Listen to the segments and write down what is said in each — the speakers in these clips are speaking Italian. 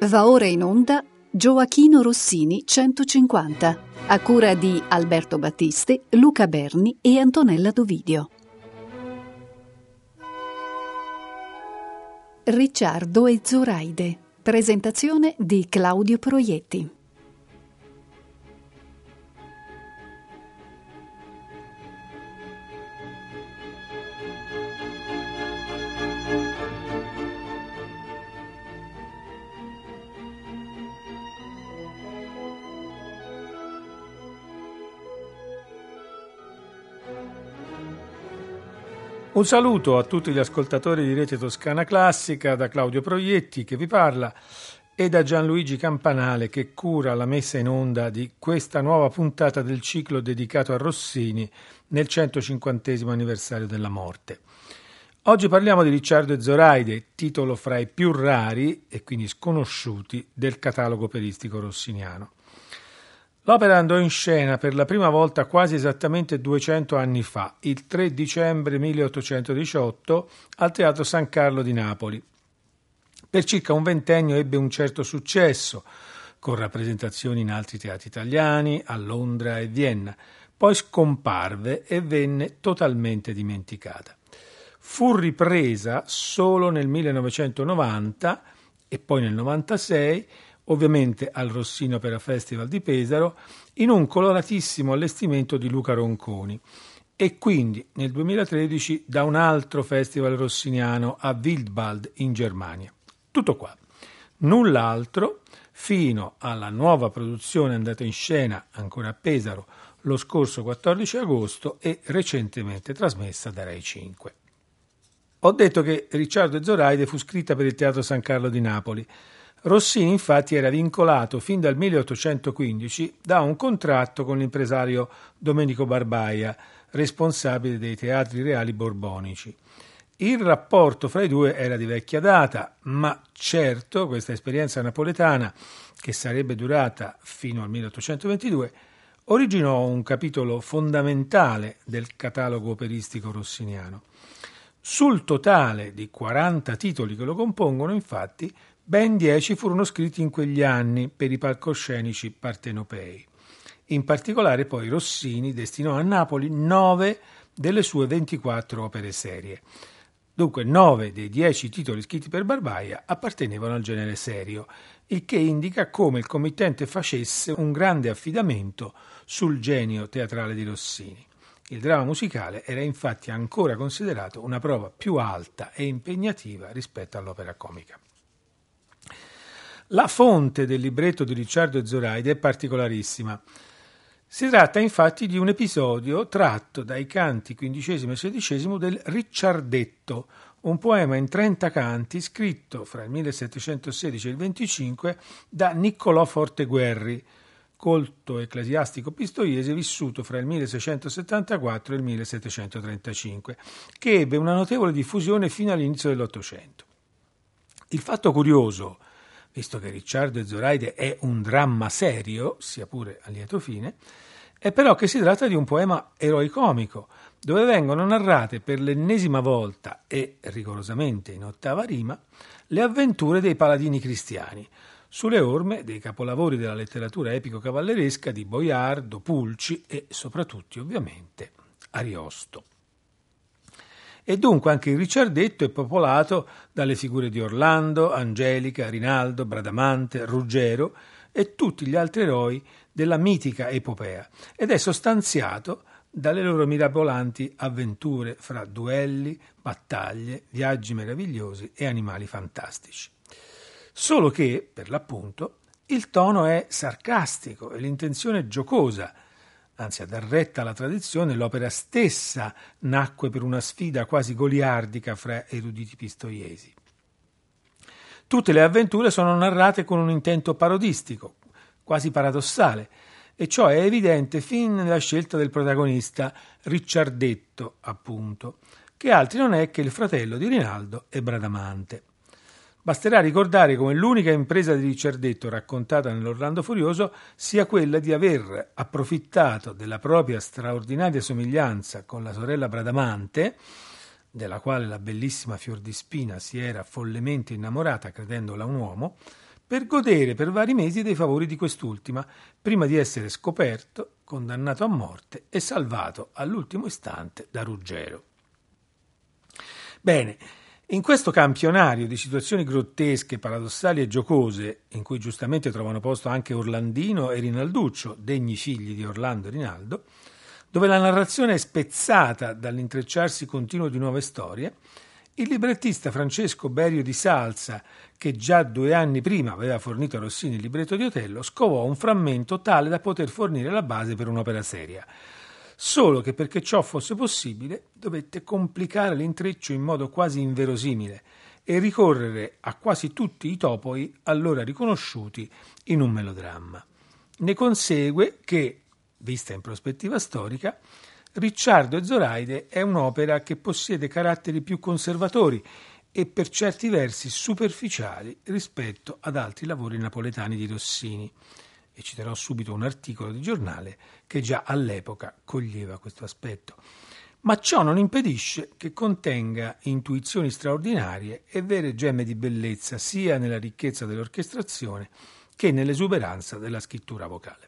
Va ora in onda Gioachino Rossini 150, a cura di Alberto Battisti, Luca Berni e Antonella Dovidio. Ricciardo e Zoraide. Presentazione di Claudio Proietti. Un saluto a tutti gli ascoltatori di Rete Toscana Classica, da Claudio Proietti che vi parla e da Gianluigi Campanale che cura la messa in onda di questa nuova puntata del ciclo dedicato a Rossini nel 150° anniversario della morte. Oggi parliamo di Ricciardo e Zoraide, titolo fra i più rari e quindi sconosciuti del catalogo operistico rossiniano. L'opera andò in scena per la prima volta quasi esattamente 200 anni fa, il 3 dicembre 1818, al Teatro San Carlo di Napoli. Per circa un ventennio ebbe un certo successo, con rappresentazioni in altri teatri italiani, a Londra e Vienna. Poi scomparve e venne totalmente dimenticata. Fu ripresa solo nel 1990 e poi nel 1996, ovviamente al Rossini Opera Festival di Pesaro, in un coloratissimo allestimento di Luca Ronconi, e quindi nel 2013 da un altro festival rossiniano a Wildbad in Germania. Tutto qua, null'altro, fino alla nuova produzione andata in scena ancora a Pesaro lo scorso 14 agosto e recentemente trasmessa da Rai 5. Ho detto che Ricciardo e Zoraide fu scritta per il Teatro San Carlo di Napoli. Rossini infatti era vincolato fin dal 1815 da un contratto con l'impresario Domenico Barbaia, responsabile dei teatri reali borbonici. Il rapporto fra i due era di vecchia data, ma certo questa esperienza napoletana, che sarebbe durata fino al 1822, originò un capitolo fondamentale del catalogo operistico rossiniano. Sul totale di 40 titoli che lo compongono, infatti, ben 10 furono scritti in quegli anni per i palcoscenici partenopei. In particolare poi Rossini destinò a Napoli 9 delle sue 24 opere serie. Dunque 9 dei 10 titoli scritti per Barbaia appartenevano al genere serio, il che indica come il committente facesse un grande affidamento sul genio teatrale di Rossini. Il dramma musicale era infatti ancora considerato una prova più alta e impegnativa rispetto all'opera comica. La fonte del libretto di Ricciardo e Zoraide è particolarissima. Si tratta infatti di un episodio tratto dai canti XV e XVI del Ricciardetto, un poema in 30 canti scritto fra il 1716 e il 25 da Niccolò Forteguerri, colto ecclesiastico pistoiese vissuto fra il 1674 e il 1735, che ebbe una notevole diffusione fino all'inizio dell'Ottocento. Il fatto curioso, visto che Ricciardo e Zoraide è un dramma serio, sia pure a lieto fine, è però che si tratta di un poema eroicomico, dove vengono narrate per l'ennesima volta e rigorosamente in ottava rima le avventure dei paladini cristiani, sulle orme dei capolavori della letteratura epico-cavalleresca di Boiardo, Pulci e soprattutto, ovviamente, Ariosto. E dunque anche il Ricciardetto è popolato dalle figure di Orlando, Angelica, Rinaldo, Bradamante, Ruggero e tutti gli altri eroi della mitica epopea, ed è sostanziato dalle loro mirabolanti avventure fra duelli, battaglie, viaggi meravigliosi e animali fantastici. Solo che, per l'appunto, il tono è sarcastico e l'intenzione giocosa. Anzi, a dar retta alla tradizione, l'opera stessa nacque per una sfida quasi goliardica fra eruditi pistoiesi. Tutte le avventure sono narrate con un intento parodistico, quasi paradossale, e ciò è evidente fin nella scelta del protagonista, Ricciardetto, appunto, che altri non è che il fratello di Rinaldo e Bradamante. Basterà ricordare come l'unica impresa di Ricciardetto raccontata nell'Orlando Furioso sia quella di aver approfittato della propria straordinaria somiglianza con la sorella Bradamante, della quale la bellissima Fiordispina si era follemente innamorata credendola un uomo, per godere per vari mesi dei favori di quest'ultima, prima di essere scoperto, condannato a morte e salvato all'ultimo istante da Ruggero. Bene, in questo campionario di situazioni grottesche, paradossali e giocose, in cui giustamente trovano posto anche Orlandino e Rinalduccio, degni figli di Orlando e Rinaldo, dove la narrazione è spezzata dall'intrecciarsi continuo di nuove storie, il librettista Francesco Berio di Salsa, che già 2 anni prima aveva fornito a Rossini il libretto di Otello, scovò un frammento tale da poter fornire la base per un'opera seria. Solo che perché ciò fosse possibile dovette complicare l'intreccio in modo quasi inverosimile e ricorrere a quasi tutti i topoi allora riconosciuti in un melodramma. Ne consegue che, vista in prospettiva storica, Ricciardo e Zoraide è un'opera che possiede caratteri più conservatori e per certi versi superficiali rispetto ad altri lavori napoletani di Rossini. E citerò subito un articolo di giornale che già all'epoca coglieva questo aspetto. Ma ciò non impedisce che contenga intuizioni straordinarie e vere gemme di bellezza sia nella ricchezza dell'orchestrazione che nell'esuberanza della scrittura vocale.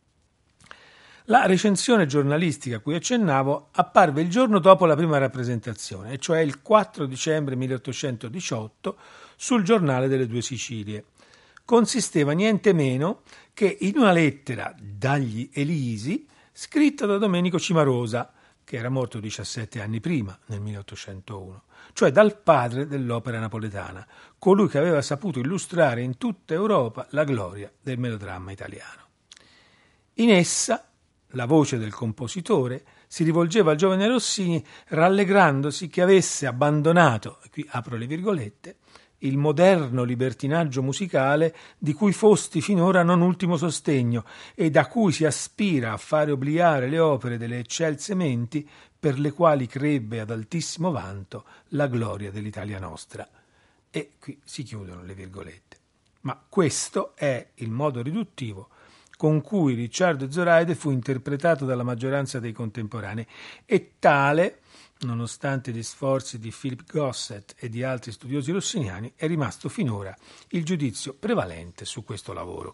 La recensione giornalistica a cui accennavo apparve il giorno dopo la prima rappresentazione, e cioè il 4 dicembre 1818, sul Giornale delle Due Sicilie. Consisteva niente meno che in una lettera dagli Elisi scritta da Domenico Cimarosa, che era morto 17 anni prima, nel 1801, cioè dal padre dell'opera napoletana, colui che aveva saputo illustrare in tutta Europa la gloria del melodramma italiano. In essa la voce del compositore si rivolgeva al giovane Rossini rallegrandosi che avesse abbandonato, e qui apro le virgolette, il moderno libertinaggio musicale di cui fosti finora non ultimo sostegno e da cui si aspira a fare obliare le opere delle eccelse menti per le quali crebbe ad altissimo vanto la gloria dell'Italia nostra. E qui si chiudono le virgolette. Ma questo è il modo riduttivo con cui Ricciardo e Zoraide fu interpretato dalla maggioranza dei contemporanei e tale, nonostante gli sforzi di Philip Gossett e di altri studiosi rossiniani, è rimasto finora il giudizio prevalente su questo lavoro.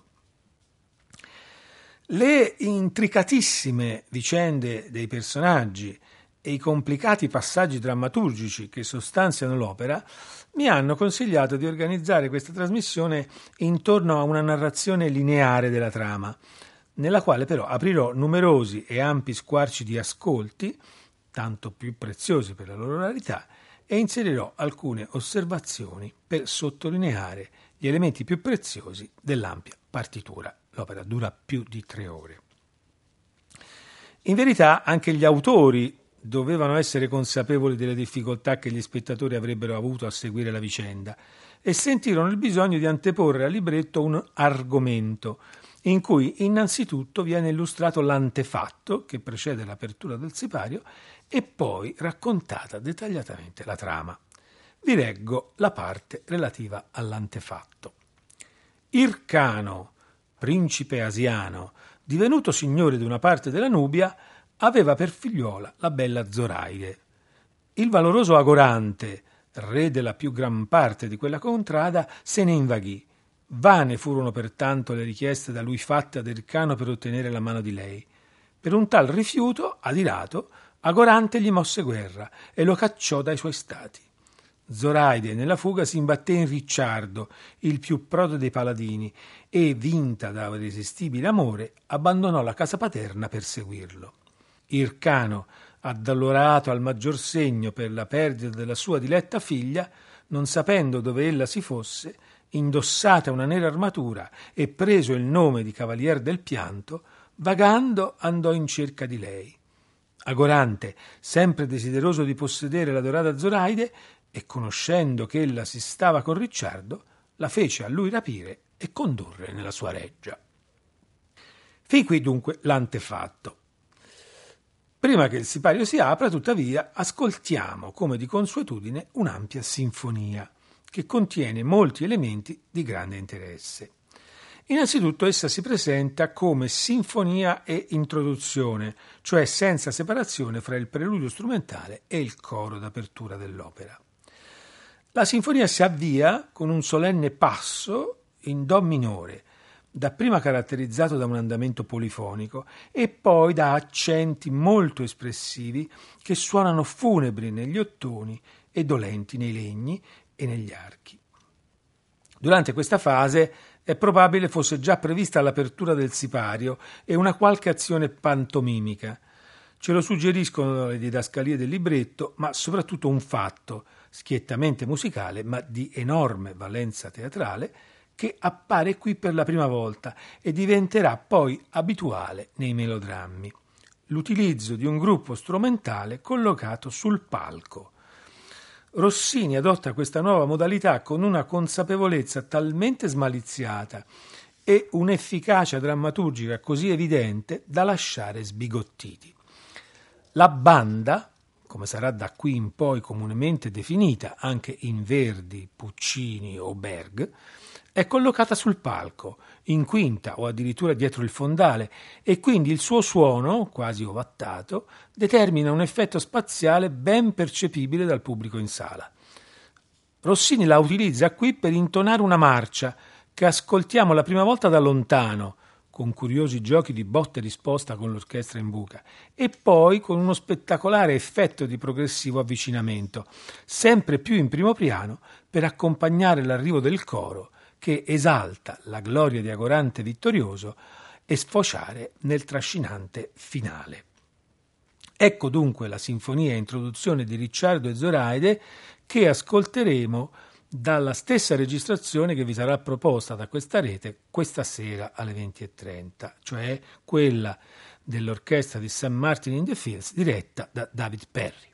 Le intricatissime vicende dei personaggi e i complicati passaggi drammaturgici che sostanziano l'opera mi hanno consigliato di organizzare questa trasmissione intorno a una narrazione lineare della trama, nella quale però aprirò numerosi e ampi squarci di ascolti, tanto più preziosi per la loro rarità, e inserirò alcune osservazioni per sottolineare gli elementi più preziosi dell'ampia partitura. L'opera dura più di 3 ore. In verità anche gli autori dovevano essere consapevoli delle difficoltà che gli spettatori avrebbero avuto a seguire la vicenda e sentirono il bisogno di anteporre al libretto un argomento in cui innanzitutto viene illustrato l'antefatto che precede l'apertura del sipario e poi raccontata dettagliatamente la trama. Vi leggo la parte relativa all'antefatto. Ircano, principe asiano, divenuto signore di una parte della Nubia, aveva per figliuola la bella Zoraide. Il valoroso Agorante, re della più gran parte di quella contrada, se ne invaghì. Vane furono pertanto le richieste da lui fatte ad Ircano per ottenere la mano di lei. Per un tal rifiuto, adirato, Agorante gli mosse guerra e lo cacciò dai suoi stati. Zoraide nella fuga si imbatté in Ricciardo, il più prodo dei paladini, e, vinta da irresistibile amore, abbandonò la casa paterna per seguirlo. Ircano, addolorato al maggior segno per la perdita della sua diletta figlia, non sapendo dove ella si fosse, indossata una nera armatura e preso il nome di Cavalier del Pianto, vagando andò in cerca di lei. Agorante, sempre desideroso di possedere l'adorata Zoraide, e conoscendo che ella si stava con Ricciardo, la fece a lui rapire e condurre nella sua reggia. Fin qui dunque l'antefatto. Prima che il sipario si apra, tuttavia, ascoltiamo, come di consuetudine, un'ampia sinfonia, che contiene molti elementi di grande interesse. Innanzitutto essa si presenta come sinfonia e introduzione, cioè senza separazione fra il preludio strumentale e il coro d'apertura dell'opera. La sinfonia si avvia con un solenne passo in Do minore, dapprima caratterizzato da un andamento polifonico e poi da accenti molto espressivi che suonano funebri negli ottoni e dolenti nei legni e negli archi. Durante questa fase è probabile fosse già prevista l'apertura del sipario e una qualche azione pantomimica. Ce lo suggeriscono le didascalie del libretto, ma soprattutto un fatto, schiettamente musicale, ma di enorme valenza teatrale, che appare qui per la prima volta e diventerà poi abituale nei melodrammi: l'utilizzo di un gruppo strumentale collocato sul palco. Rossini adotta questa nuova modalità con una consapevolezza talmente smaliziata e un'efficacia drammaturgica così evidente da lasciare sbigottiti. La banda, come sarà da qui in poi comunemente definita anche in Verdi, Puccini o Berg, è collocata sul palco, in quinta o addirittura dietro il fondale, e quindi il suo suono, quasi ovattato, determina un effetto spaziale ben percepibile dal pubblico in sala. Rossini la utilizza qui per intonare una marcia che ascoltiamo la prima volta da lontano, con curiosi giochi di botta e risposta con l'orchestra in buca, e poi con uno spettacolare effetto di progressivo avvicinamento, sempre più in primo piano, per accompagnare l'arrivo del coro, che esalta la gloria di Agorante vittorioso e sfociare nel trascinante finale. Ecco dunque la sinfonia introduzione di Ricciardo e Zoraide, che ascolteremo dalla stessa registrazione che vi sarà proposta da questa rete questa sera alle 20:30, cioè quella dell'orchestra di St. Martin in the Fields diretta da David Perry.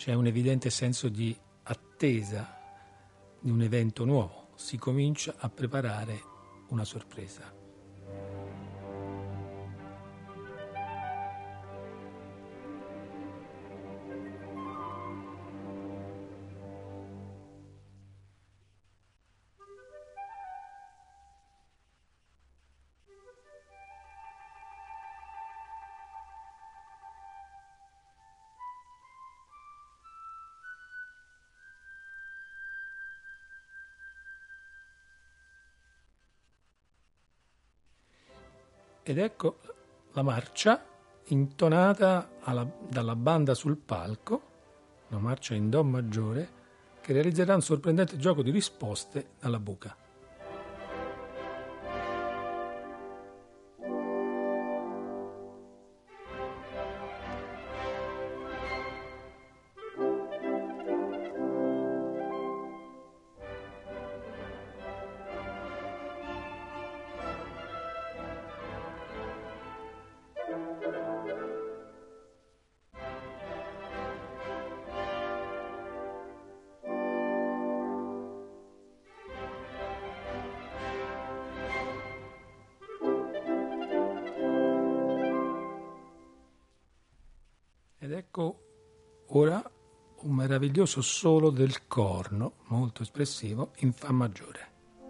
C'è un evidente senso di attesa di un evento nuovo. Si comincia a preparare una sorpresa. Ed ecco la marcia intonata dalla banda sul palco, una marcia in do maggiore che realizzerà un sorprendente gioco di risposte dalla buca. Ed ecco ora un meraviglioso solo del corno, molto espressivo, in Fa maggiore.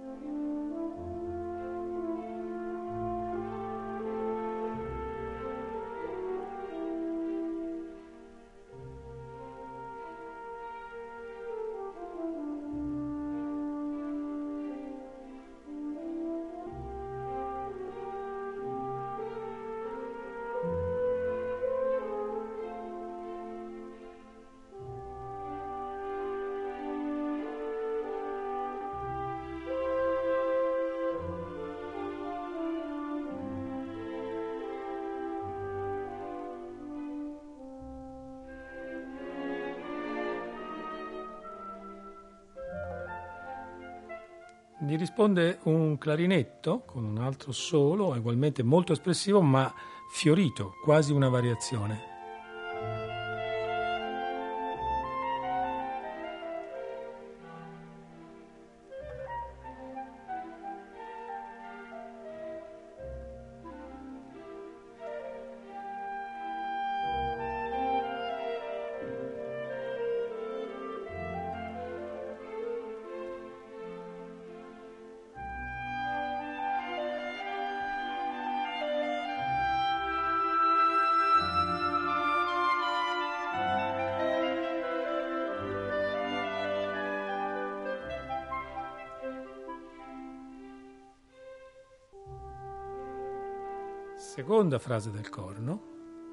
Gli risponde un clarinetto con un altro solo, ugualmente molto espressivo, ma fiorito, quasi una variazione. Seconda frase del corno.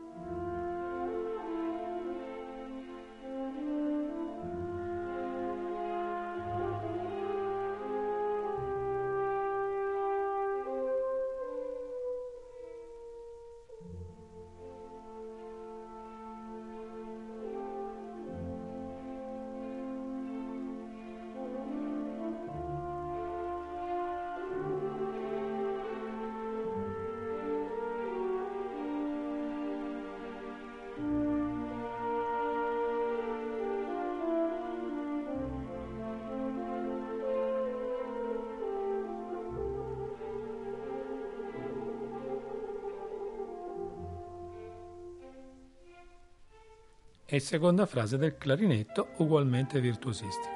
E seconda frase del clarinetto, ugualmente virtuosistica.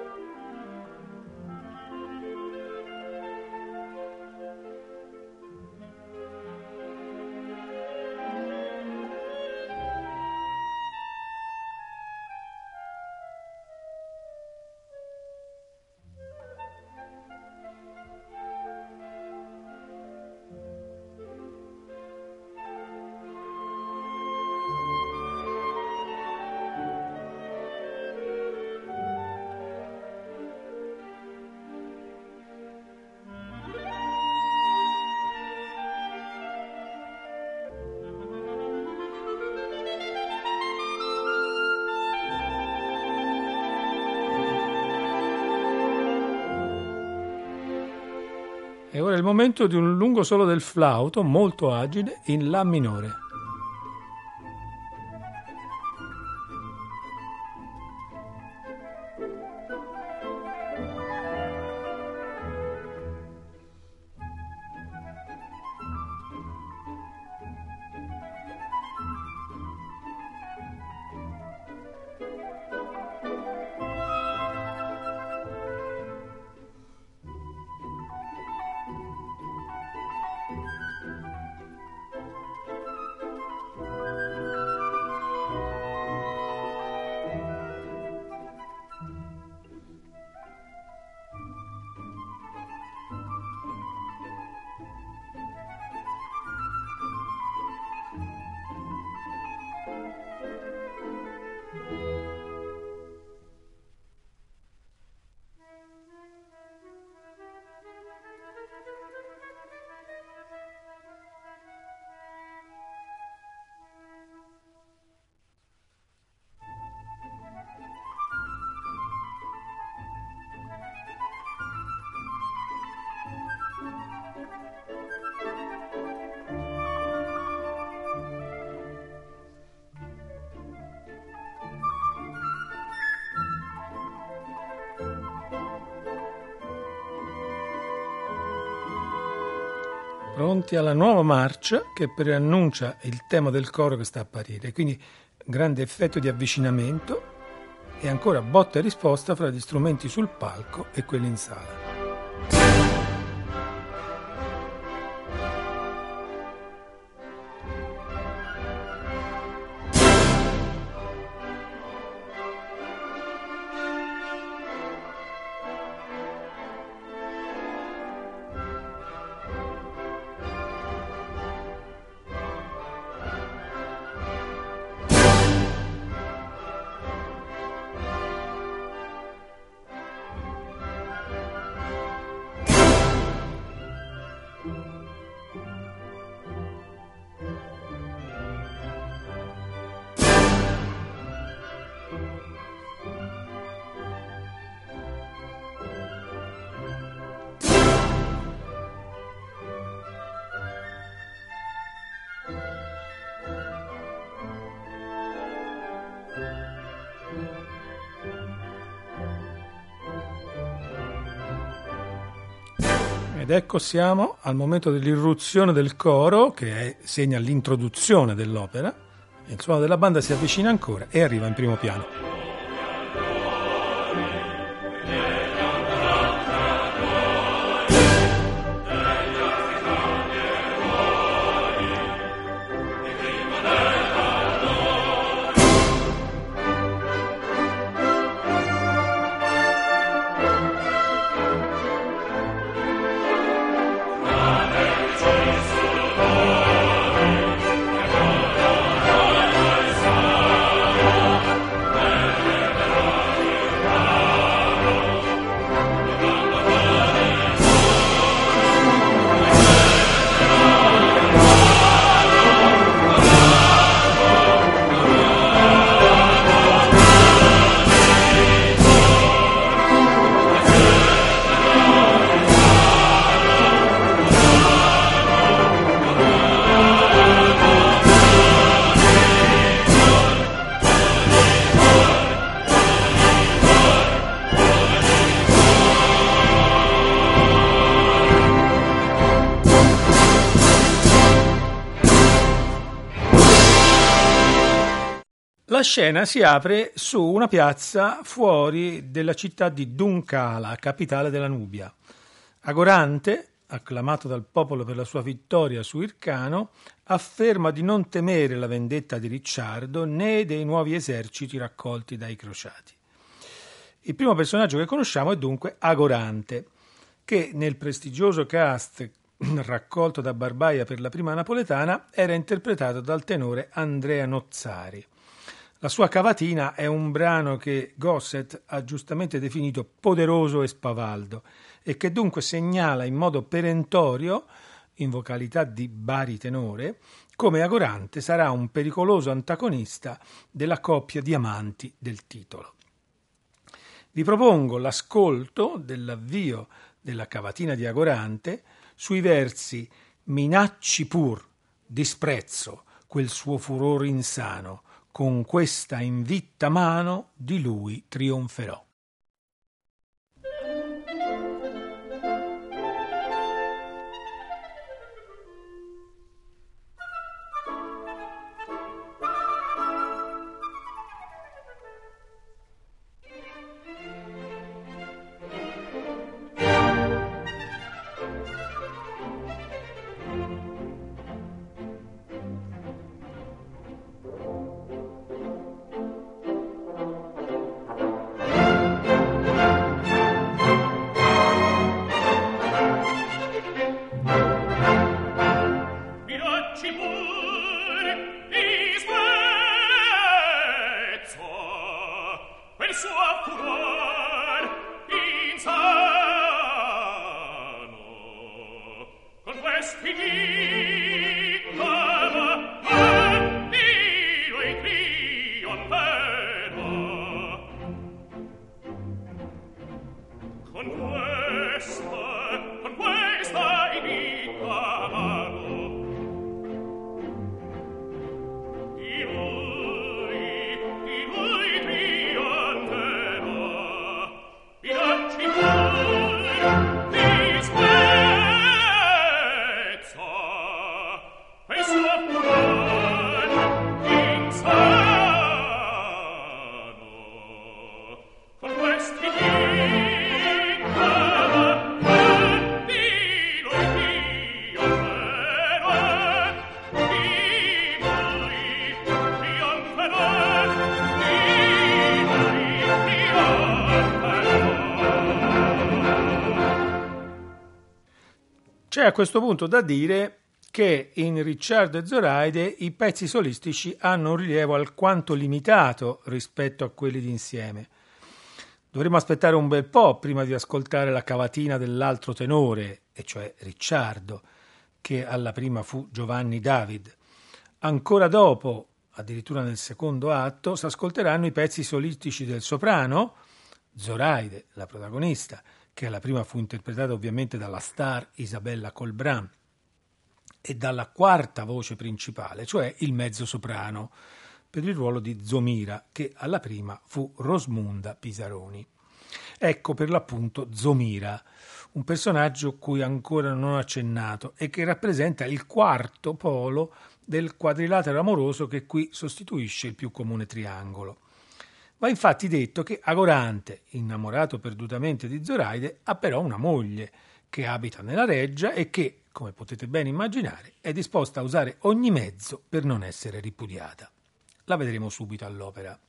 E ora è il momento di un lungo solo del flauto, molto agile, in La minore. Pronti alla nuova marcia che preannuncia il tema del coro che sta a apparire, quindi grande effetto di avvicinamento e ancora botta e risposta fra gli strumenti sul palco e quelli in sala. Ed ecco siamo al momento dell'irruzione del coro che segna l'introduzione dell'opera. Il suono della banda si avvicina ancora e arriva in primo piano. La scena si apre su una piazza fuori della città di Dunkala, capitale della Nubia. Agorante, acclamato dal popolo per la sua vittoria su Ircano, afferma di non temere la vendetta di Ricciardo né dei nuovi eserciti raccolti dai crociati. Il primo personaggio che conosciamo è dunque Agorante, che nel prestigioso cast raccolto da Barbaia per la prima napoletana era interpretato dal tenore Andrea Nozzari. La sua cavatina è un brano che Gosset ha giustamente definito poderoso e spavaldo e che dunque segnala in modo perentorio, in vocalità di baritenore, come Agorante sarà un pericoloso antagonista della coppia di amanti del titolo. Vi propongo l'ascolto dell'avvio della cavatina di Agorante sui versi «Minacci pur, disprezzo, quel suo furor insano, con questa invitta mano di lui trionferò». C'è a questo punto da dire che in Ricciardo e Zoraide i pezzi solistici hanno un rilievo alquanto limitato rispetto a quelli d'insieme. Dovremmo aspettare un bel po' prima di ascoltare la cavatina dell'altro tenore, e cioè Ricciardo, che alla prima fu Giovanni David. Ancora dopo, addirittura nel secondo atto, si ascolteranno i pezzi solistici del soprano, Zoraide, la protagonista, che alla prima fu interpretata ovviamente dalla star Isabella Colbran, e dalla quarta voce principale, cioè il mezzosoprano, per il ruolo di Zomira, che alla prima fu Rosmunda Pisaroni. Ecco per l'appunto Zomira, un personaggio cui ancora non ho accennato e che rappresenta il quarto polo del quadrilatero amoroso che qui sostituisce il più comune triangolo. Va infatti detto che Agorante, innamorato perdutamente di Zoraide, ha però una moglie che abita nella reggia e che, come potete ben immaginare, è disposta a usare ogni mezzo per non essere ripudiata. La vedremo subito all'opera.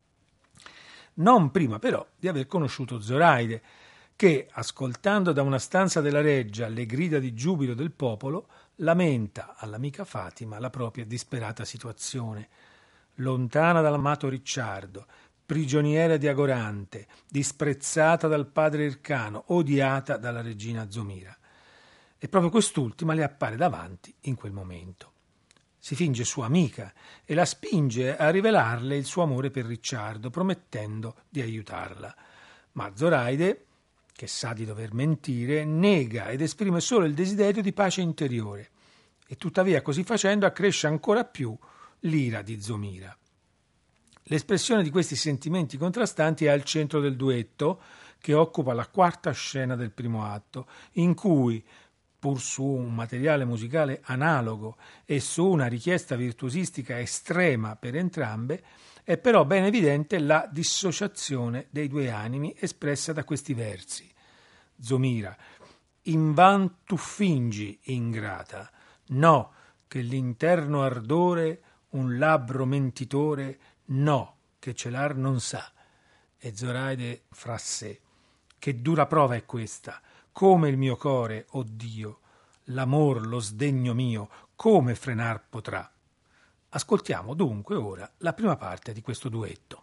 Non prima però di aver conosciuto Zoraide, che, ascoltando da una stanza della reggia le grida di giubilo del popolo, lamenta all'amica Fatima la propria disperata situazione. Lontana dall'amato Ricciardo, prigioniera di Agorante, disprezzata dal padre Ircano, odiata dalla regina Zomira. E proprio quest'ultima le appare davanti in quel momento. Si finge sua amica e la spinge a rivelarle il suo amore per Ricciardo, promettendo di aiutarla. Ma Zoraide, che sa di dover mentire, nega ed esprime solo il desiderio di pace interiore, e tuttavia così facendo accresce ancora più l'ira di Zomira. L'espressione di questi sentimenti contrastanti è al centro del duetto, che occupa la quarta scena del primo atto, in cui, pur su un materiale musicale analogo e su una richiesta virtuosistica estrema per entrambe, è però ben evidente la dissociazione dei due animi espressa da questi versi. Zomira: invan tu fingi, ingrata, no, che l'interno ardore un labbro mentitore, no, che celar non sa. E Zoraide fra sé: che dura prova è questa, come il mio core, o Dio, l'amor, lo sdegno mio, come frenar potrà? Ascoltiamo dunque ora la prima parte di questo duetto.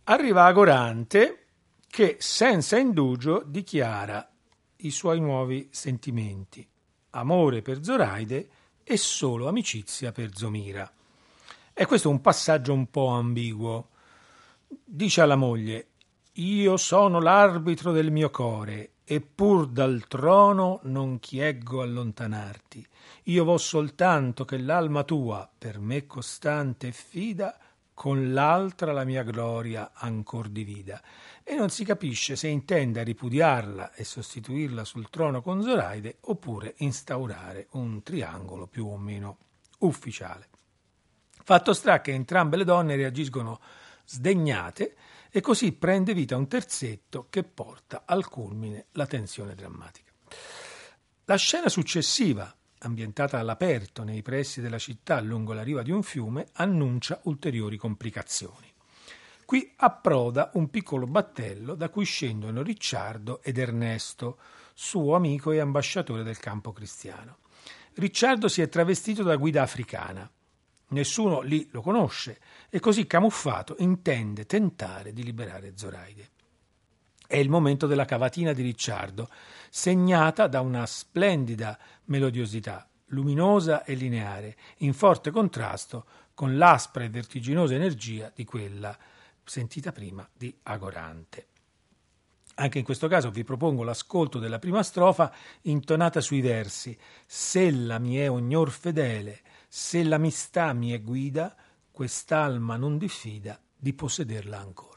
Arriva Agorante che senza indugio dichiara i suoi nuovi sentimenti, amore per Zoraide e solo amicizia per Zomira. E questo è un passaggio un po' ambiguo. Dice alla moglie: io sono l'arbitro del mio core, e pur dal trono non chieggo allontanarti. Io vo soltanto che l'alma tua, per me costante e fida, con l'altra la mia gloria ancor divida. E non si capisce se intenda ripudiarla e sostituirla sul trono con Zoraide oppure instaurare un triangolo più o meno ufficiale. Fatto sta che entrambe le donne reagiscono sdegnate e così prende vita un terzetto che porta al culmine la tensione drammatica. La scena successiva, ambientata all'aperto nei pressi della città lungo la riva di un fiume, annuncia ulteriori complicazioni. Qui approda un piccolo battello da cui scendono Ricciardo ed Ernesto, suo amico e ambasciatore del campo cristiano. Ricciardo si è travestito da guida africana. Nessuno lì lo conosce e così camuffato intende tentare di liberare Zoraide. È il momento della cavatina di Ricciardo, segnata da una splendida melodiosità, luminosa e lineare, in forte contrasto con l'aspra e vertiginosa energia di quella sentita prima di Agorante. Anche in questo caso vi propongo l'ascolto della prima strofa intonata sui versi: «Sella mi è ognor fedele, se l'amistà mi è guida, quest'alma non diffida di possederla ancora».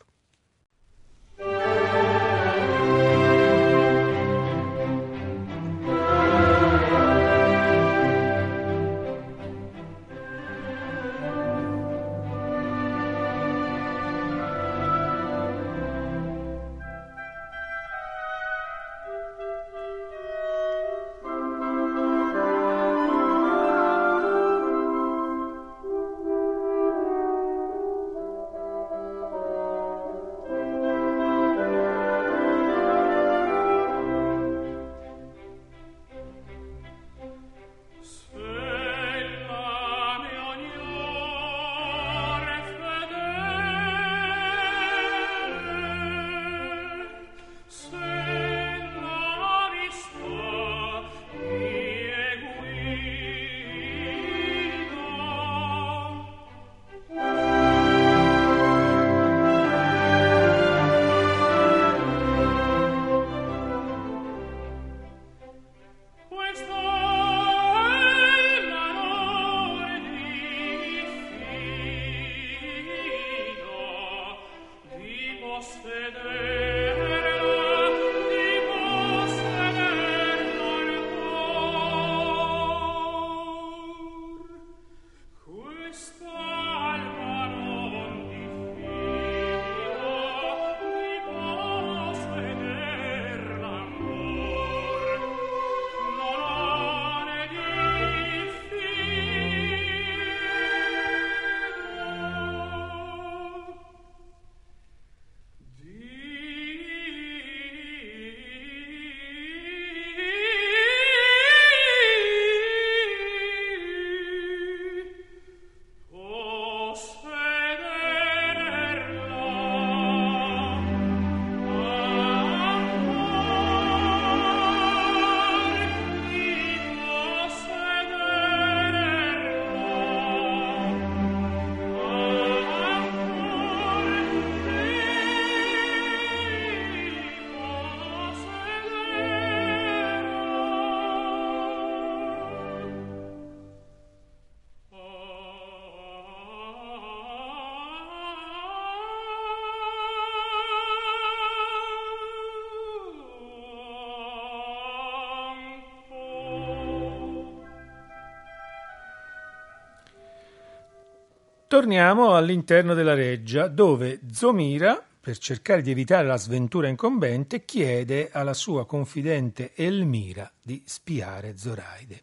Torniamo all'interno della reggia, dove Zomira, per cercare di evitare la sventura incombente, chiede alla sua confidente Elmira di spiare Zoraide.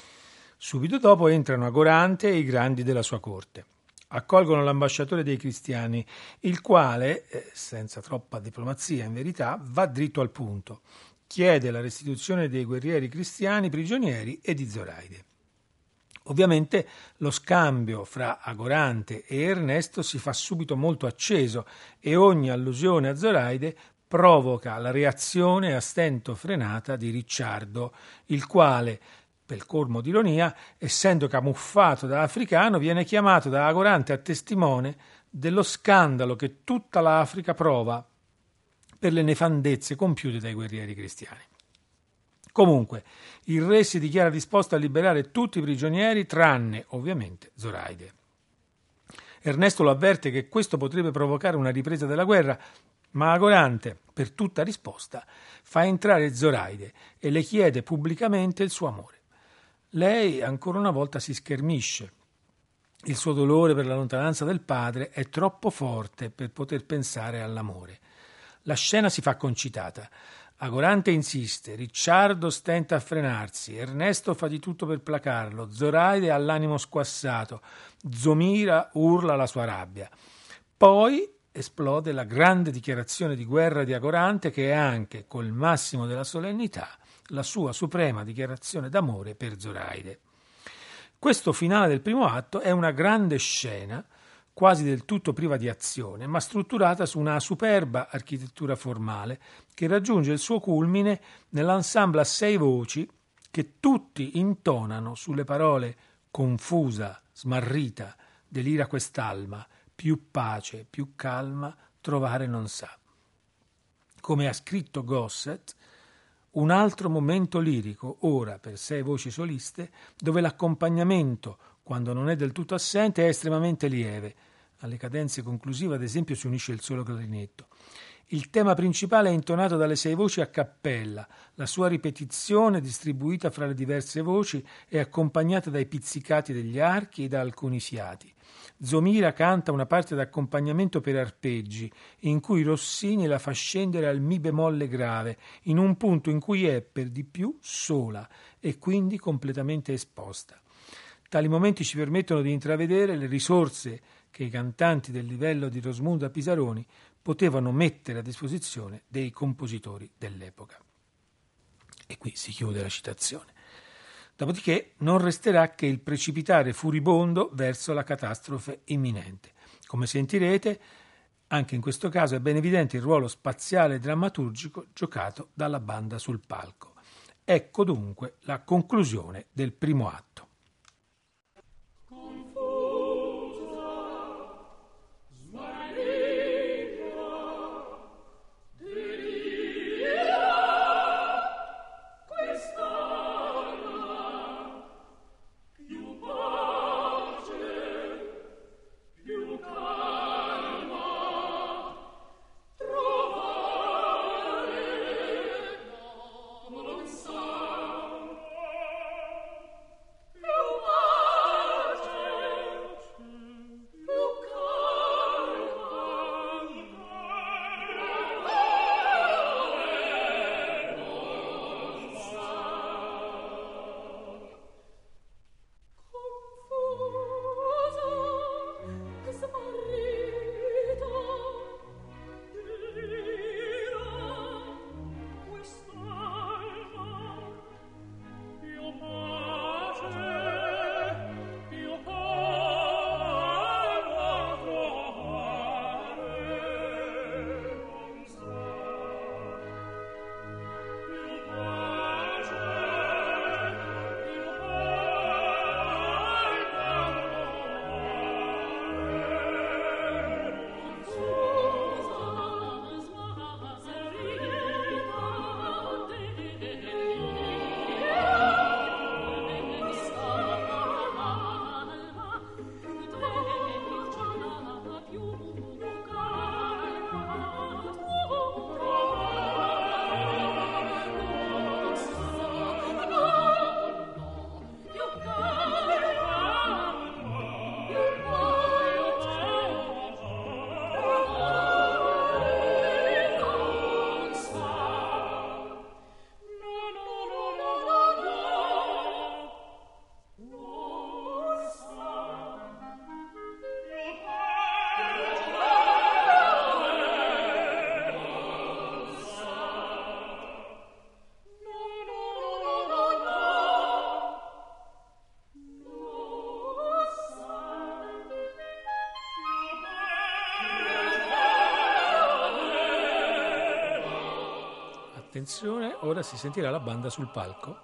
Subito dopo entrano Agorante e i grandi della sua corte. Accolgono l'ambasciatore dei cristiani, il quale, senza troppa diplomazia in verità, va dritto al punto. Chiede la restituzione dei guerrieri cristiani prigionieri e di Zoraide. Ovviamente lo scambio fra Agorante e Ernesto si fa subito molto acceso e ogni allusione a Zoraide provoca la reazione a stento frenata di Ricciardo, il quale, per colmo di ironia, essendo camuffato da africano, viene chiamato da Agorante a testimone dello scandalo che tutta l'Africa prova per le nefandezze compiute dai guerrieri cristiani. Comunque, il re si dichiara disposto a liberare tutti i prigionieri, tranne, ovviamente, Zoraide. Ernesto lo avverte che questo potrebbe provocare una ripresa della guerra, ma Agorante, per tutta risposta, fa entrare Zoraide e le chiede pubblicamente il suo amore. Lei, ancora una volta, si schermisce. Il suo dolore per la lontananza del padre è troppo forte per poter pensare all'amore. La scena si fa concitata. Agorante insiste, Ricciardo stenta a frenarsi, Ernesto fa di tutto per placarlo, Zoraide ha l'animo squassato, Zomira urla la sua rabbia. Poi esplode la grande dichiarazione di guerra di Agorante, che è anche, col massimo della solennità, la sua suprema dichiarazione d'amore per Zoraide. Questo finale del primo atto è una grande scena, quasi del tutto priva di azione, ma strutturata su una superba architettura formale che raggiunge il suo culmine nell'ensemble a 6 voci che tutti intonano sulle parole confusa, smarrita, delira quest'alma, più pace, più calma, trovare non sa. Come ha scritto Gosset, un altro momento lirico, ora per 6 voci soliste, dove l'accompagnamento, quando non è del tutto assente, è estremamente lieve. Alle cadenze conclusive, ad esempio, si unisce il solo clarinetto. Il tema principale è intonato dalle 6 voci a cappella, la sua ripetizione, distribuita fra le diverse voci, è accompagnata dai pizzicati degli archi e da alcuni fiati. Zomira canta una parte d'accompagnamento per arpeggi, in cui Rossini la fa scendere al mi bemolle grave, in un punto in cui è per di più sola e quindi completamente esposta. Tali momenti ci permettono di intravedere le risorse che i cantanti del livello di Rosmunda Pisaroni potevano mettere a disposizione dei compositori dell'epoca. E qui si chiude la citazione. Dopodiché non resterà che il precipitare furibondo verso la catastrofe imminente. Come sentirete, anche in questo caso è ben evidente il ruolo spaziale e drammaturgico giocato dalla banda sul palco. Ecco dunque la conclusione del primo atto. Attenzione, ora si sentirà la banda sul palco.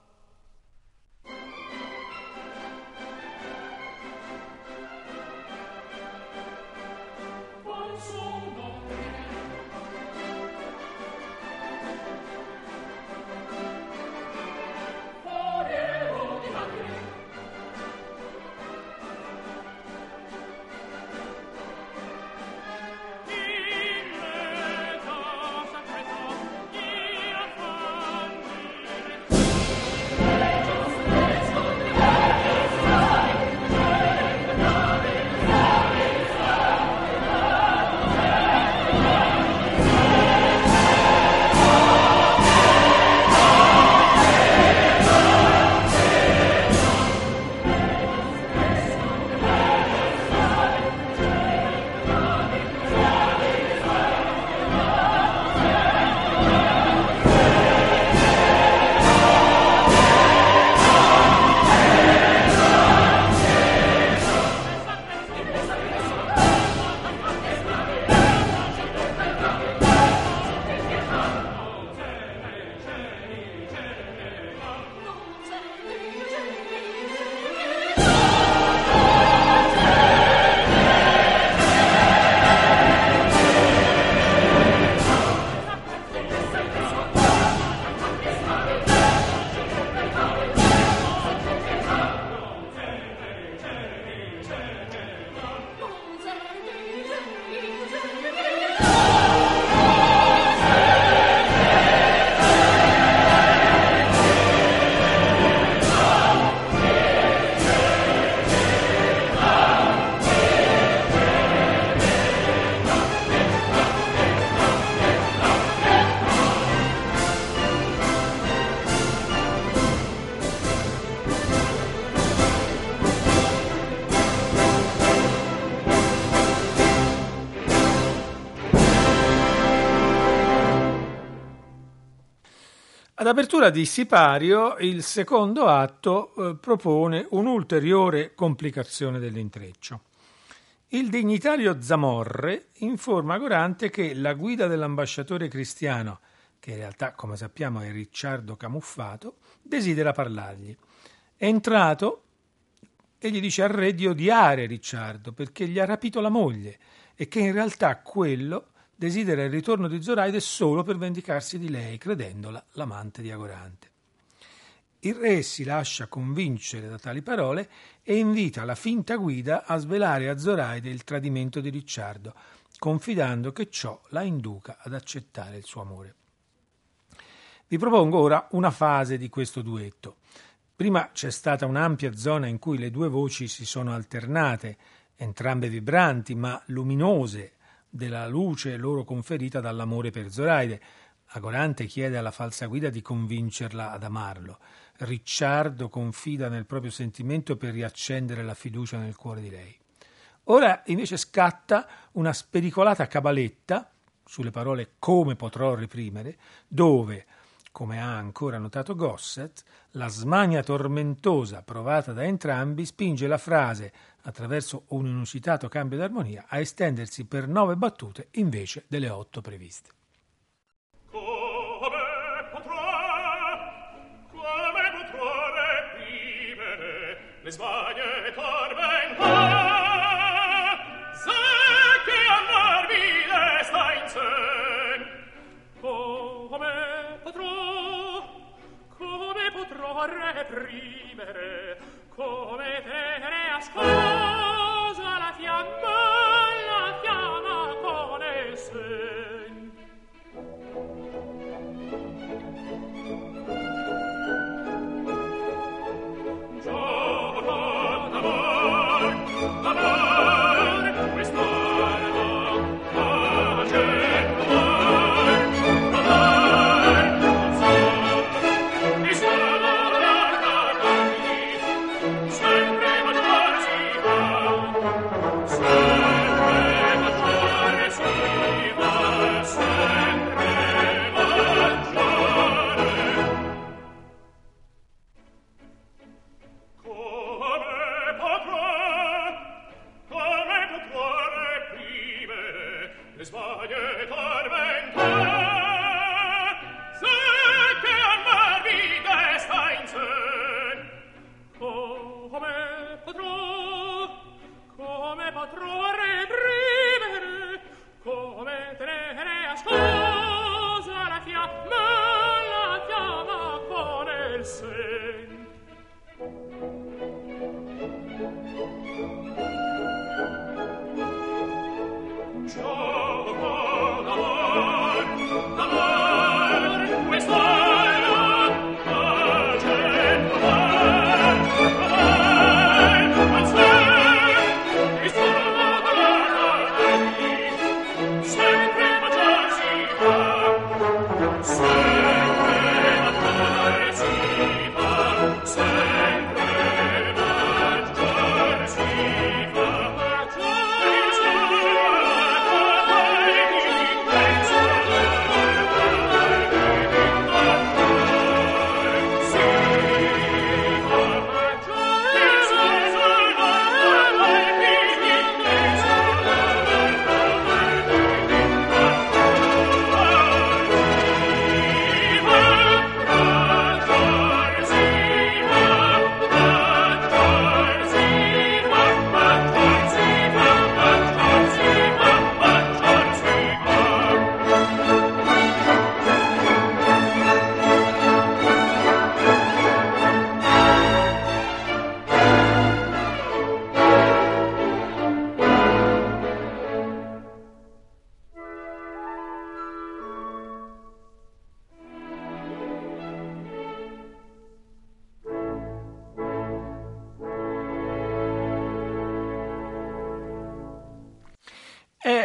Ad apertura di Sipario, il secondo atto propone un'ulteriore complicazione dell'intreccio. Il dignitario Zamorre informa Gorante che la guida dell'ambasciatore cristiano, che in realtà, come sappiamo, è Ricciardo camuffato, desidera parlargli. È entrato e gli dice al re di odiare Ricciardo perché gli ha rapito la moglie e che in realtà quello desidera il ritorno di Zoraide solo per vendicarsi di lei, credendola l'amante di Agorante. Il re si lascia convincere da tali parole e invita la finta guida a svelare a Zoraide il tradimento di Ricciardo, confidando che ciò la induca ad accettare il suo amore. Vi propongo ora una fase di questo duetto. Prima c'è stata un'ampia zona in cui le due voci si sono alternate, entrambe vibranti ma luminose, della luce loro conferita dall'amore per Zoraide. Agorante chiede alla falsa guida di convincerla ad amarlo. Ricciardo confida nel proprio sentimento per riaccendere la fiducia nel cuore di lei. Ora invece scatta una spericolata cabaletta, sulle parole come potrò reprimere, dove, come ha ancora notato Gosset, la smania tormentosa provata da entrambi spinge la frase, attraverso un inusitato cambio d'armonia, a estendersi per 9 battute invece delle 8 previste. Come potrò reprimere le smanie tormentose, se che amarmi desta in sen? Come potrò reprimere, come tenere a sposa la fiamma con essen? Già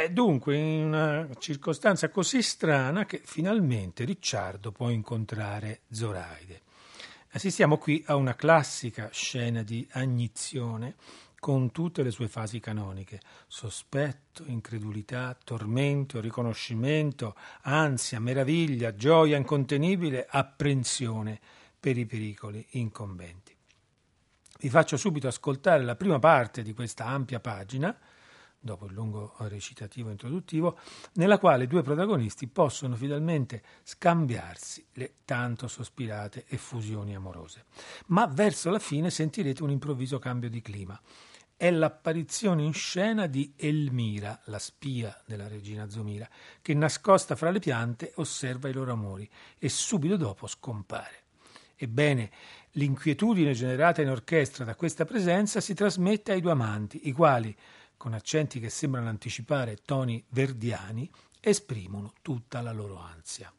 Dunque, in una circostanza così strana che finalmente Ricciardo può incontrare Zoraide. Assistiamo qui a una classica scena di agnizione con tutte le sue fasi canoniche: sospetto, incredulità, tormento, riconoscimento, ansia, meraviglia, gioia incontenibile, apprensione per i pericoli incombenti. Vi faccio subito ascoltare la prima parte di questa ampia pagina, dopo il lungo recitativo introduttivo, nella quale due protagonisti possono finalmente scambiarsi le tanto sospirate effusioni amorose. Ma verso la fine sentirete un improvviso cambio di clima. È l'apparizione in scena di Elmira, la spia della regina Zomira, che nascosta fra le piante osserva i loro amori e subito dopo scompare. Ebbene, l'inquietudine generata in orchestra da questa presenza si trasmette ai due amanti, i quali, con accenti che sembrano anticipare toni verdiani, esprimono tutta la loro ansia.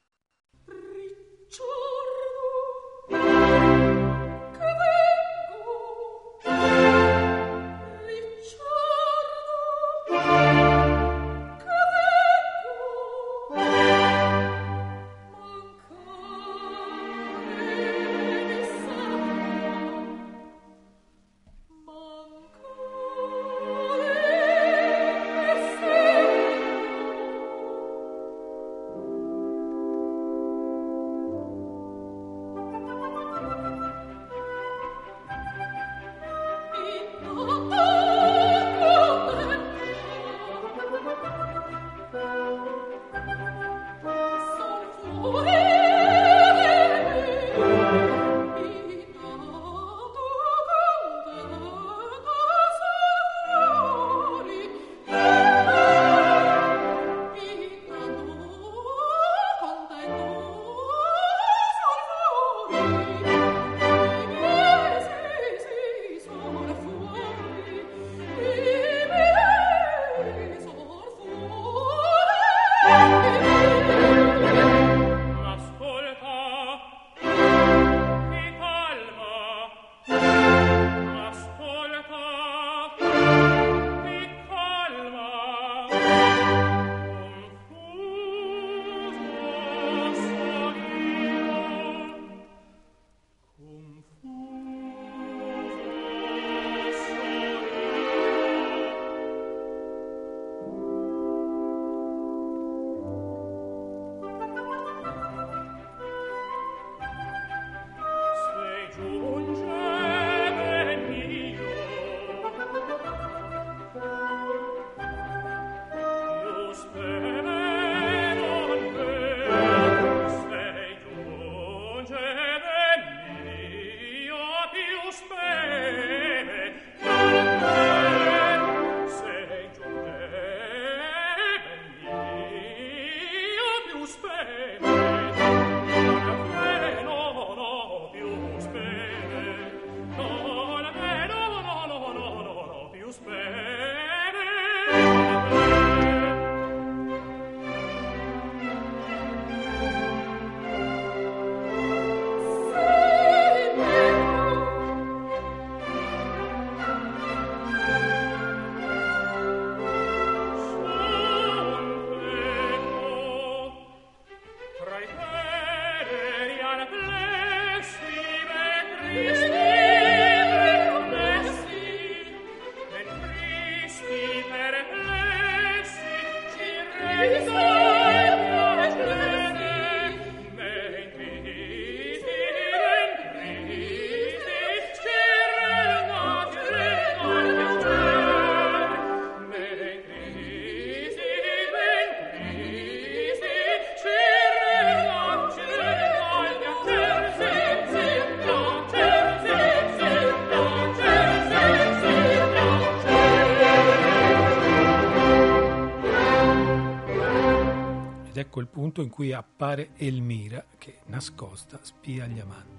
Ecco il punto in cui appare Elmira che, nascosta, spia gli amanti.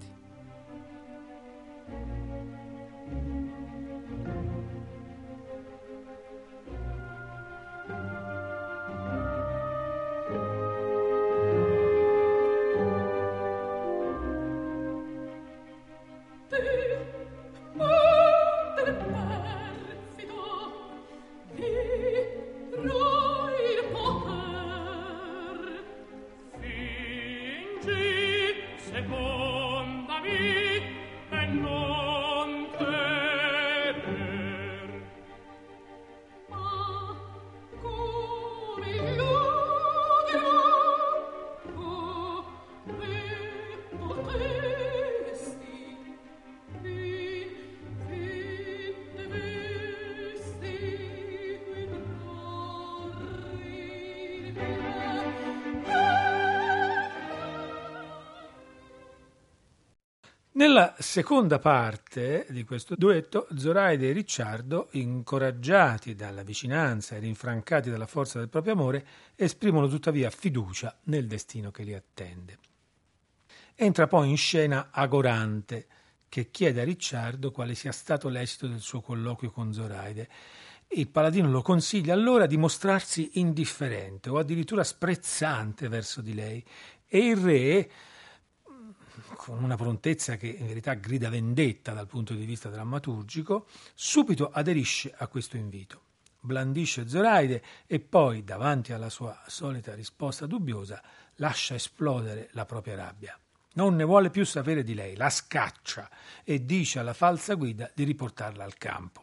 No! Nella seconda parte di questo duetto, Zoraide e Ricciardo, incoraggiati dalla vicinanza e rinfrancati dalla forza del proprio amore, esprimono tuttavia fiducia nel destino che li attende. Entra poi in scena Agorante, che chiede a Ricciardo quale sia stato l'esito del suo colloquio con Zoraide. Il paladino lo consiglia allora di mostrarsi indifferente o addirittura sprezzante verso di lei, e il re, con una prontezza che in verità grida vendetta dal punto di vista drammaturgico, subito aderisce a questo invito. Blandisce Zoraide e poi, davanti alla sua solita risposta dubbiosa, lascia esplodere la propria rabbia. Non ne vuole più sapere di lei, la scaccia e dice alla falsa guida di riportarla al campo.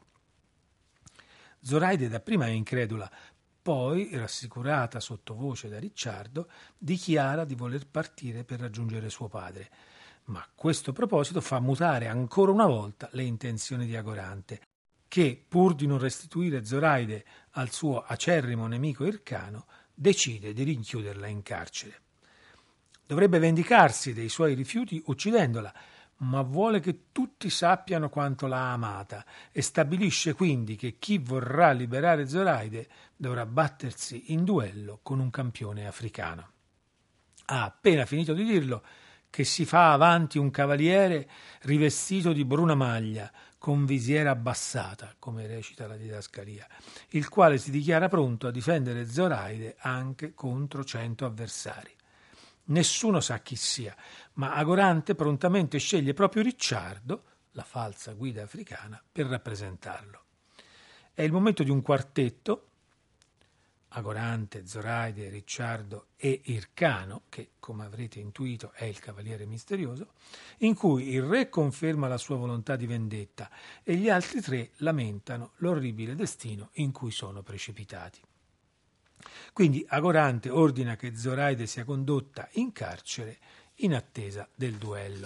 Zoraide dapprima è incredula, poi, rassicurata sottovoce da Ricciardo, dichiara di voler partire per raggiungere suo padre. Ma questo proposito fa mutare ancora una volta le intenzioni di Agorante, che, pur di non restituire Zoraide al suo acerrimo nemico Ircano, decide di rinchiuderla in carcere. Dovrebbe vendicarsi dei suoi rifiuti uccidendola, ma vuole che tutti sappiano quanto l'ha amata e stabilisce quindi che chi vorrà liberare Zoraide dovrà battersi in duello con un campione africano. Ha appena finito di dirlo che si fa avanti un cavaliere rivestito di bruna maglia, con visiera abbassata, come recita la didascalia, il quale si dichiara pronto a difendere Zoraide anche contro 100 avversari. Nessuno sa chi sia, ma Agorante prontamente sceglie proprio Ricciardo, la falsa guida africana, per rappresentarlo. È il momento di un quartetto, Agorante, Zoraide, Ricciardo e Ircano, che, come avrete intuito, è il cavaliere misterioso, in cui il re conferma la sua volontà di vendetta e gli altri tre lamentano l'orribile destino in cui sono precipitati. Quindi Agorante ordina che Zoraide sia condotta in carcere in attesa del duello.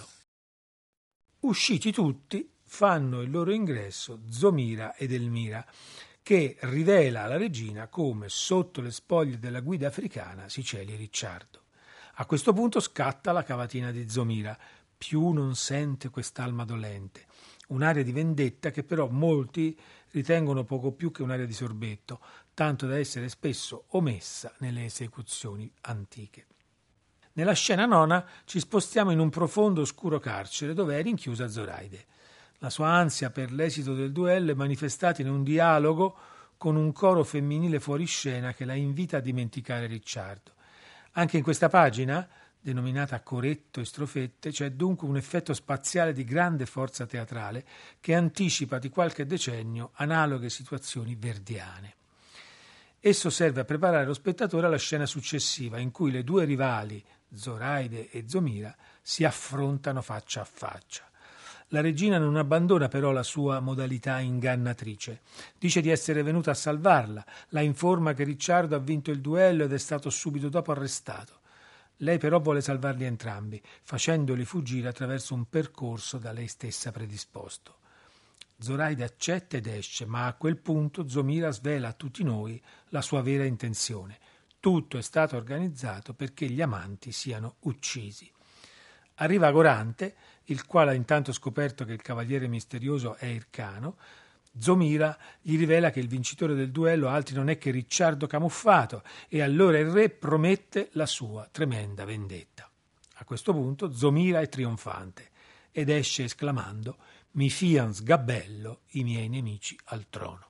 Usciti tutti, fanno il loro ingresso Zomira ed Elmira, che rivela alla regina come sotto le spoglie della guida africana si celi Ricciardo. A questo punto scatta la cavatina di Zomira, più non sente quest'alma dolente, un'aria di vendetta che però molti ritengono poco più che un'aria di sorbetto, tanto da essere spesso omessa nelle esecuzioni antiche. Nella scena nona ci spostiamo in un profondo oscuro carcere dove è rinchiusa Zoraide. La sua ansia per l'esito del duello è manifestata in un dialogo con un coro femminile fuori scena che la invita a dimenticare Ricciardo. Anche in questa pagina, denominata coretto e strofette, c'è dunque un effetto spaziale di grande forza teatrale che anticipa di qualche decennio analoghe situazioni verdiane. Esso serve a preparare lo spettatore alla scena successiva, in cui le due rivali, Zoraide e Zomira, si affrontano faccia a faccia. La regina non abbandona però la sua modalità ingannatrice. Dice di essere venuta a salvarla, la informa che Ricciardo ha vinto il duello ed è stato subito dopo arrestato. Lei però vuole salvarli entrambi, facendoli fuggire attraverso un percorso da lei stessa predisposto. Zoraide accetta ed esce, ma a quel punto Zomira svela a tutti noi la sua vera intenzione. Tutto è stato organizzato perché gli amanti siano uccisi. Arriva Agorante, il quale ha intanto scoperto che il cavaliere misterioso è Ircano. Zomira gli rivela che il vincitore del duello altri non è che Ricciardo camuffato e allora il re promette la sua tremenda vendetta. A questo punto Zomira è trionfante ed esce esclamando «Mi fian sgabello i miei nemici al trono».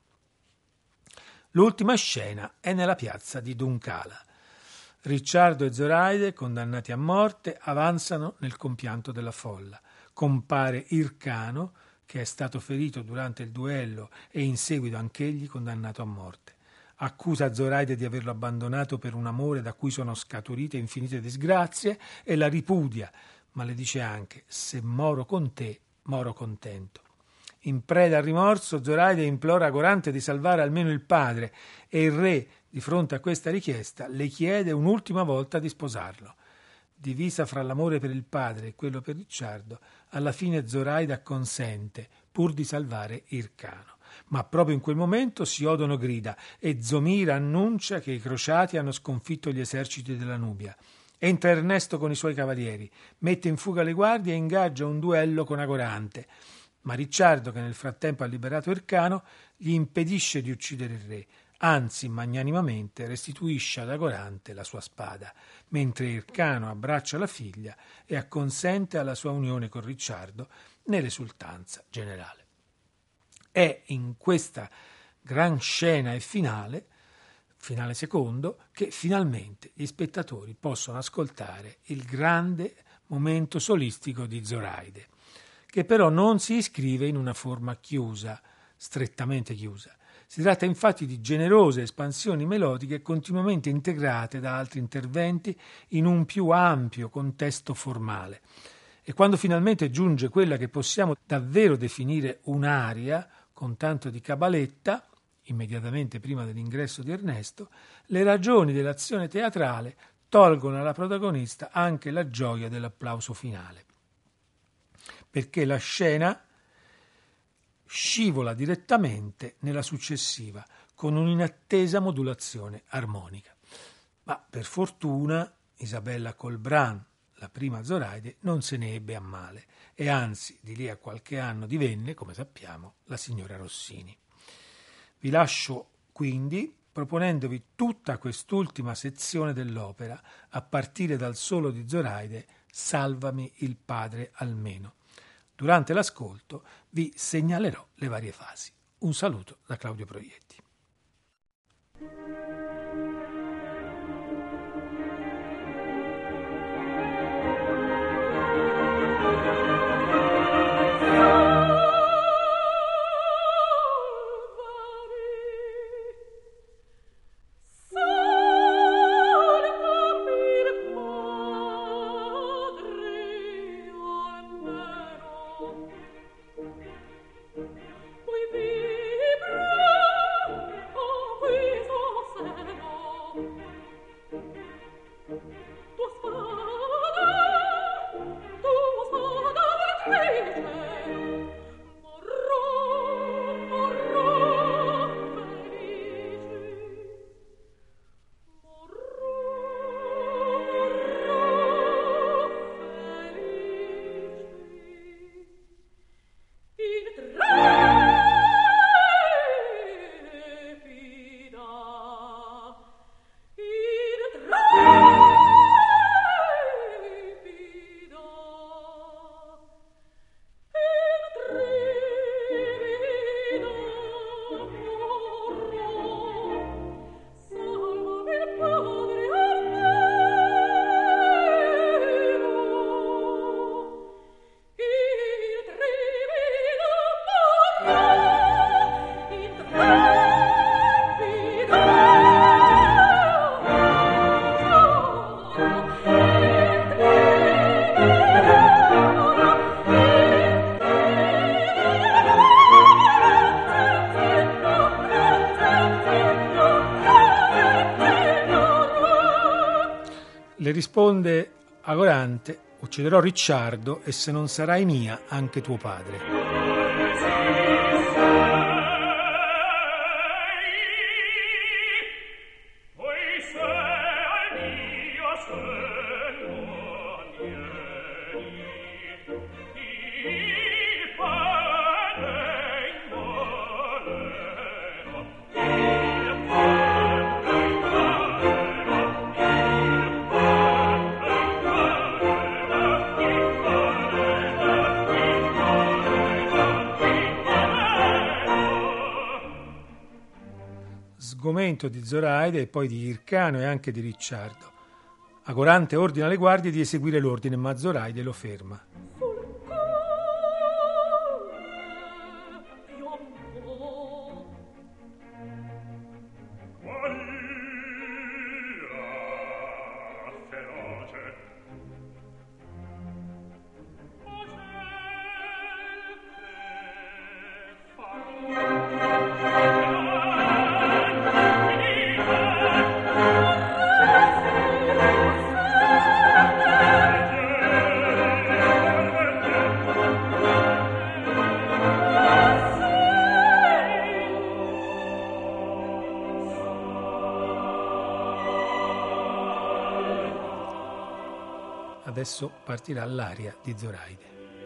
L'ultima scena è nella piazza di Duncala. Ricciardo e Zoraide, condannati a morte, avanzano nel compianto della folla. Compare Ircano, che è stato ferito durante il duello e in seguito anch'egli condannato a morte. Accusa Zoraide di averlo abbandonato per un amore da cui sono scaturite infinite disgrazie e la ripudia, ma le dice anche «Se moro con te, moro contento». In preda al rimorso, Zoraide implora Agorante di salvare almeno il padre e il re, di fronte a questa richiesta, le chiede un'ultima volta di sposarlo. Divisa fra l'amore per il padre e quello per Ricciardo, alla fine Zoraide acconsente, pur di salvare Ircano. Ma proprio in quel momento si odono grida e Zomira annuncia che i crociati hanno sconfitto gli eserciti della Nubia. Entra Ernesto con i suoi cavalieri, mette in fuga le guardie e ingaggia un duello con Agorante, ma Ricciardo, che nel frattempo ha liberato Ercano, gli impedisce di uccidere il re, anzi magnanimamente restituisce ad Agorante la sua spada, mentre Ercano abbraccia la figlia e acconsente alla sua unione con Ricciardo nell'esultanza generale. È in questa gran scena e finale secondo, che finalmente gli spettatori possono ascoltare il grande momento solistico di Zoraide, che però non si iscrive in una forma chiusa, strettamente chiusa. Si tratta infatti di generose espansioni melodiche continuamente integrate da altri interventi in un più ampio contesto formale. E quando finalmente giunge quella che possiamo davvero definire un'aria, con tanto di cabaletta, immediatamente prima dell'ingresso di Ernesto, le ragioni dell'azione teatrale tolgono alla protagonista anche la gioia dell'applauso finale, perché la scena scivola direttamente nella successiva con un'inattesa modulazione armonica. Ma per fortuna Isabella Colbran, la prima Zoraide, non se ne ebbe a male e anzi di lì a qualche anno divenne, come sappiamo, la signora Rossini. Vi lascio quindi proponendovi tutta quest'ultima sezione dell'opera a partire dal solo di Zoraide Salvami il Padre almeno. Durante l'ascolto vi segnalerò le varie fasi. Un saluto da Claudio Proietti. Le risponde Agorante: ucciderò Ricciardo e se non sarai mia anche tuo padre. Sgomento di Zoraide e poi di Ircano e anche di Ricciardo. Agorante ordina alle guardie di eseguire l'ordine, ma Zoraide lo ferma. Adesso partirà l'aria di Zoraide.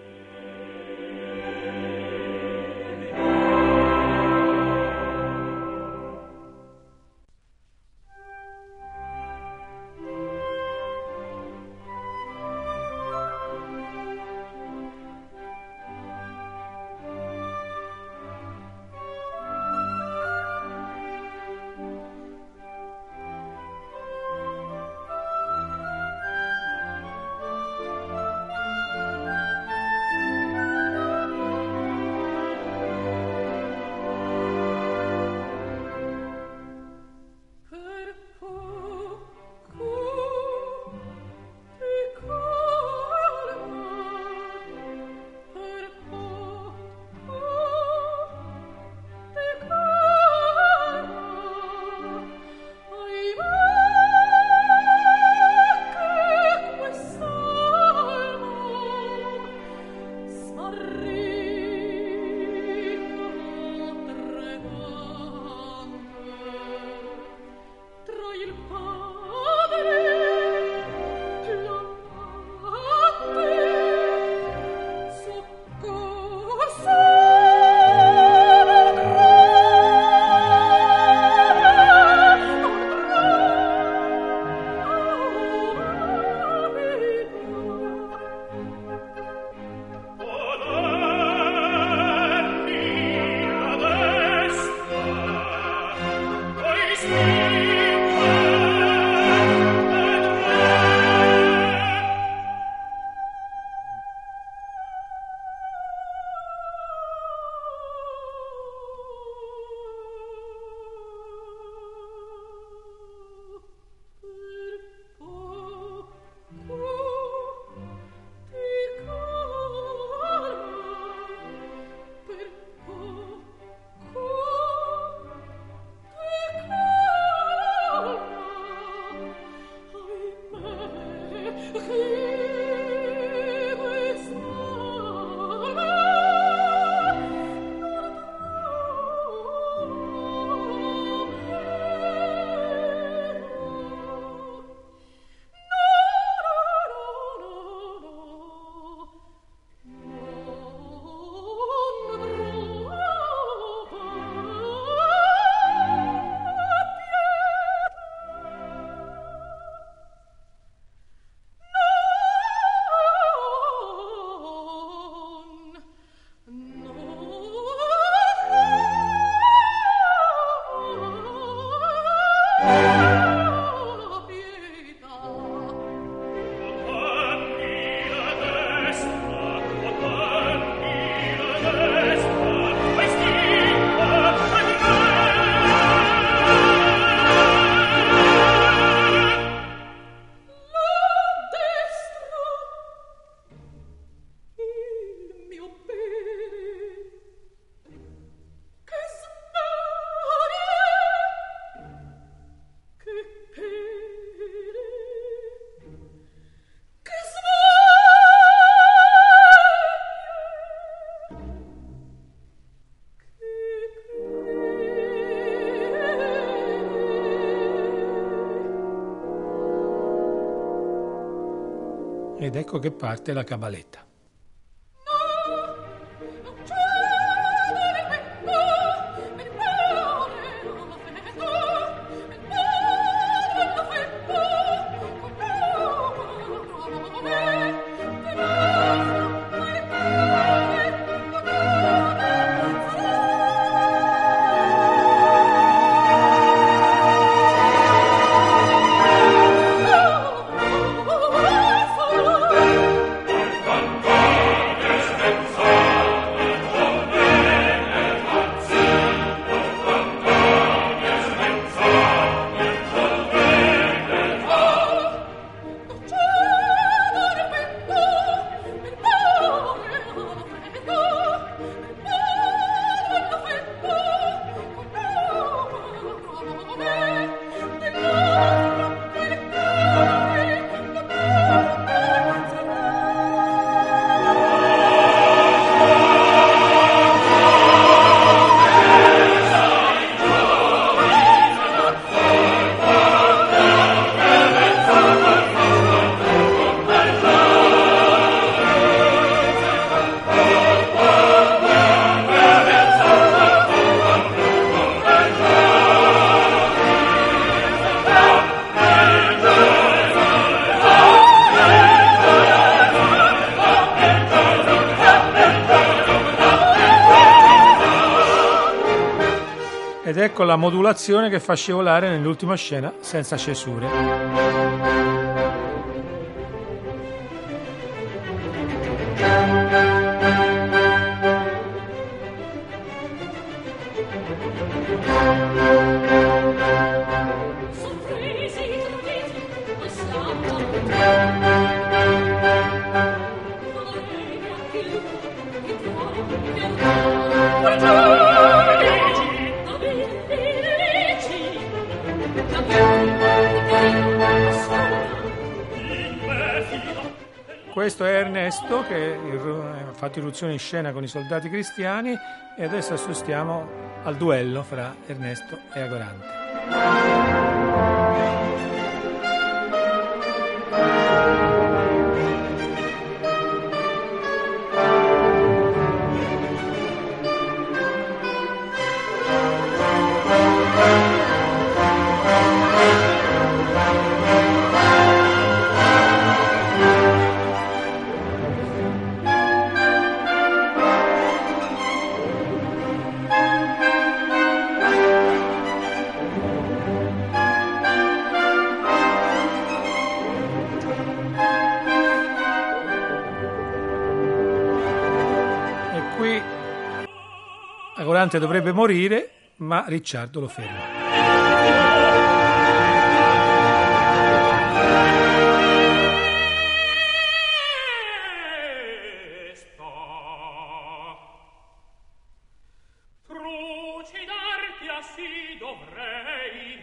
Ed ecco che parte la cabaletta. Con ecco la modulazione che fa scivolare nell'ultima scena senza cesure. Questo è Ernesto che ha fatto irruzione in scena con i soldati cristiani e adesso assistiamo al duello fra Ernesto e Agorante. Agorante dovrebbe morire, ma Ricciardo lo ferma. Trucidarti assi dovrei,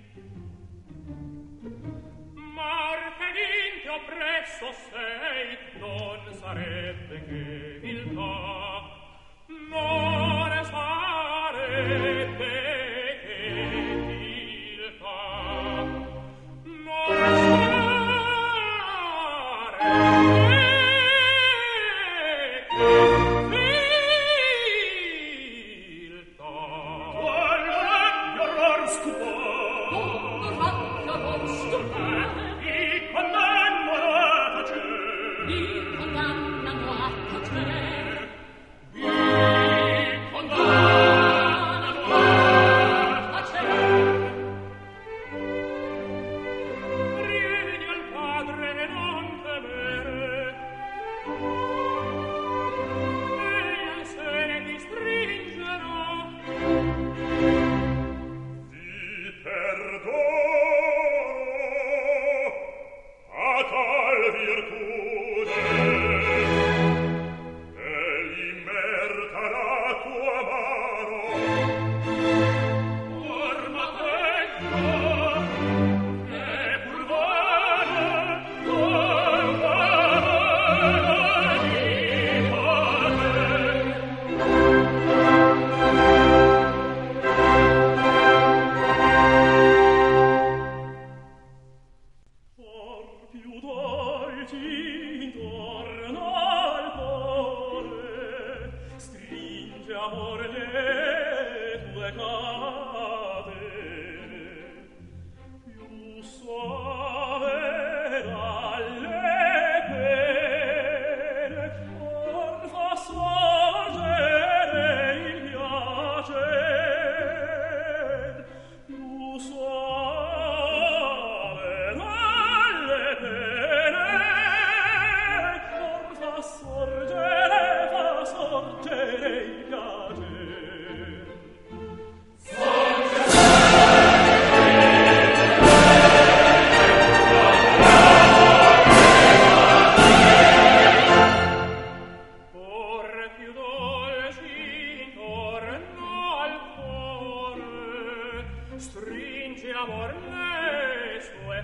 martedì oppresso sei, non sarebbe che viltà, non sarebbe che viltà, non sarebbe che viltà. Qual rabbia or stupor, i condannano a tacer, i condannano a tacer, i condannano a tacer. Riedi al padre e non temere, e al sene ti stringerà. Vi perdono a tal virtude, e l'immerterà tua mano. Orma tempo, e pur vana, con vana di padre. Or più dolci intorno al cuore, stringe amor le tue catene, più suave dalle pene, or fa sorgere il piacer, più suave dalle pene, or fa sorgere il piacer. Or più dolci intorno al cuore, stringe amor le sue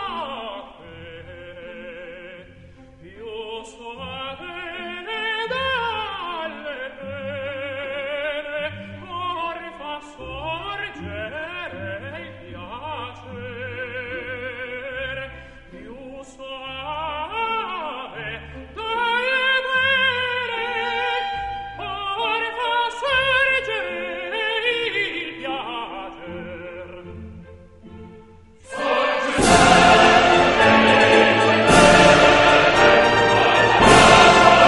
catene, più suave dalle pene, or fa sorgere il piacer, più suave dalle pene, or fa sorgere il piacer. Sorge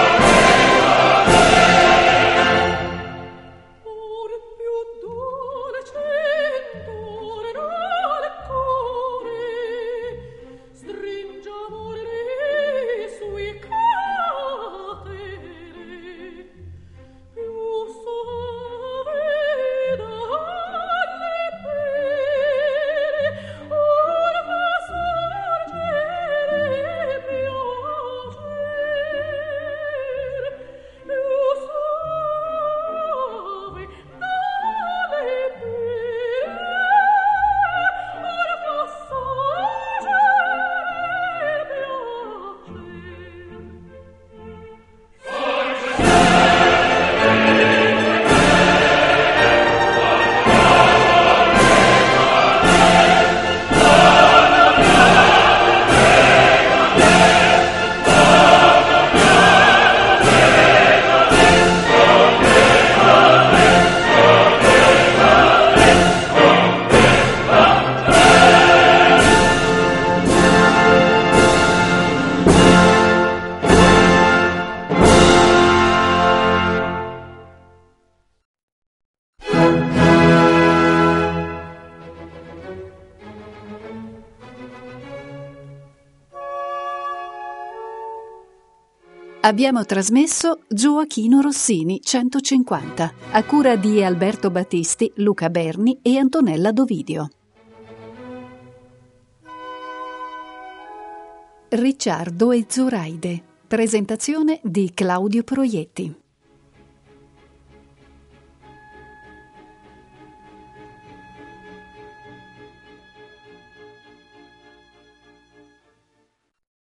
Abbiamo trasmesso Gioachino Rossini 150, a cura di Alberto Battisti, Luca Berni e Antonella Dovidio. Ricciardo e Zoraide. Presentazione di Claudio Proietti.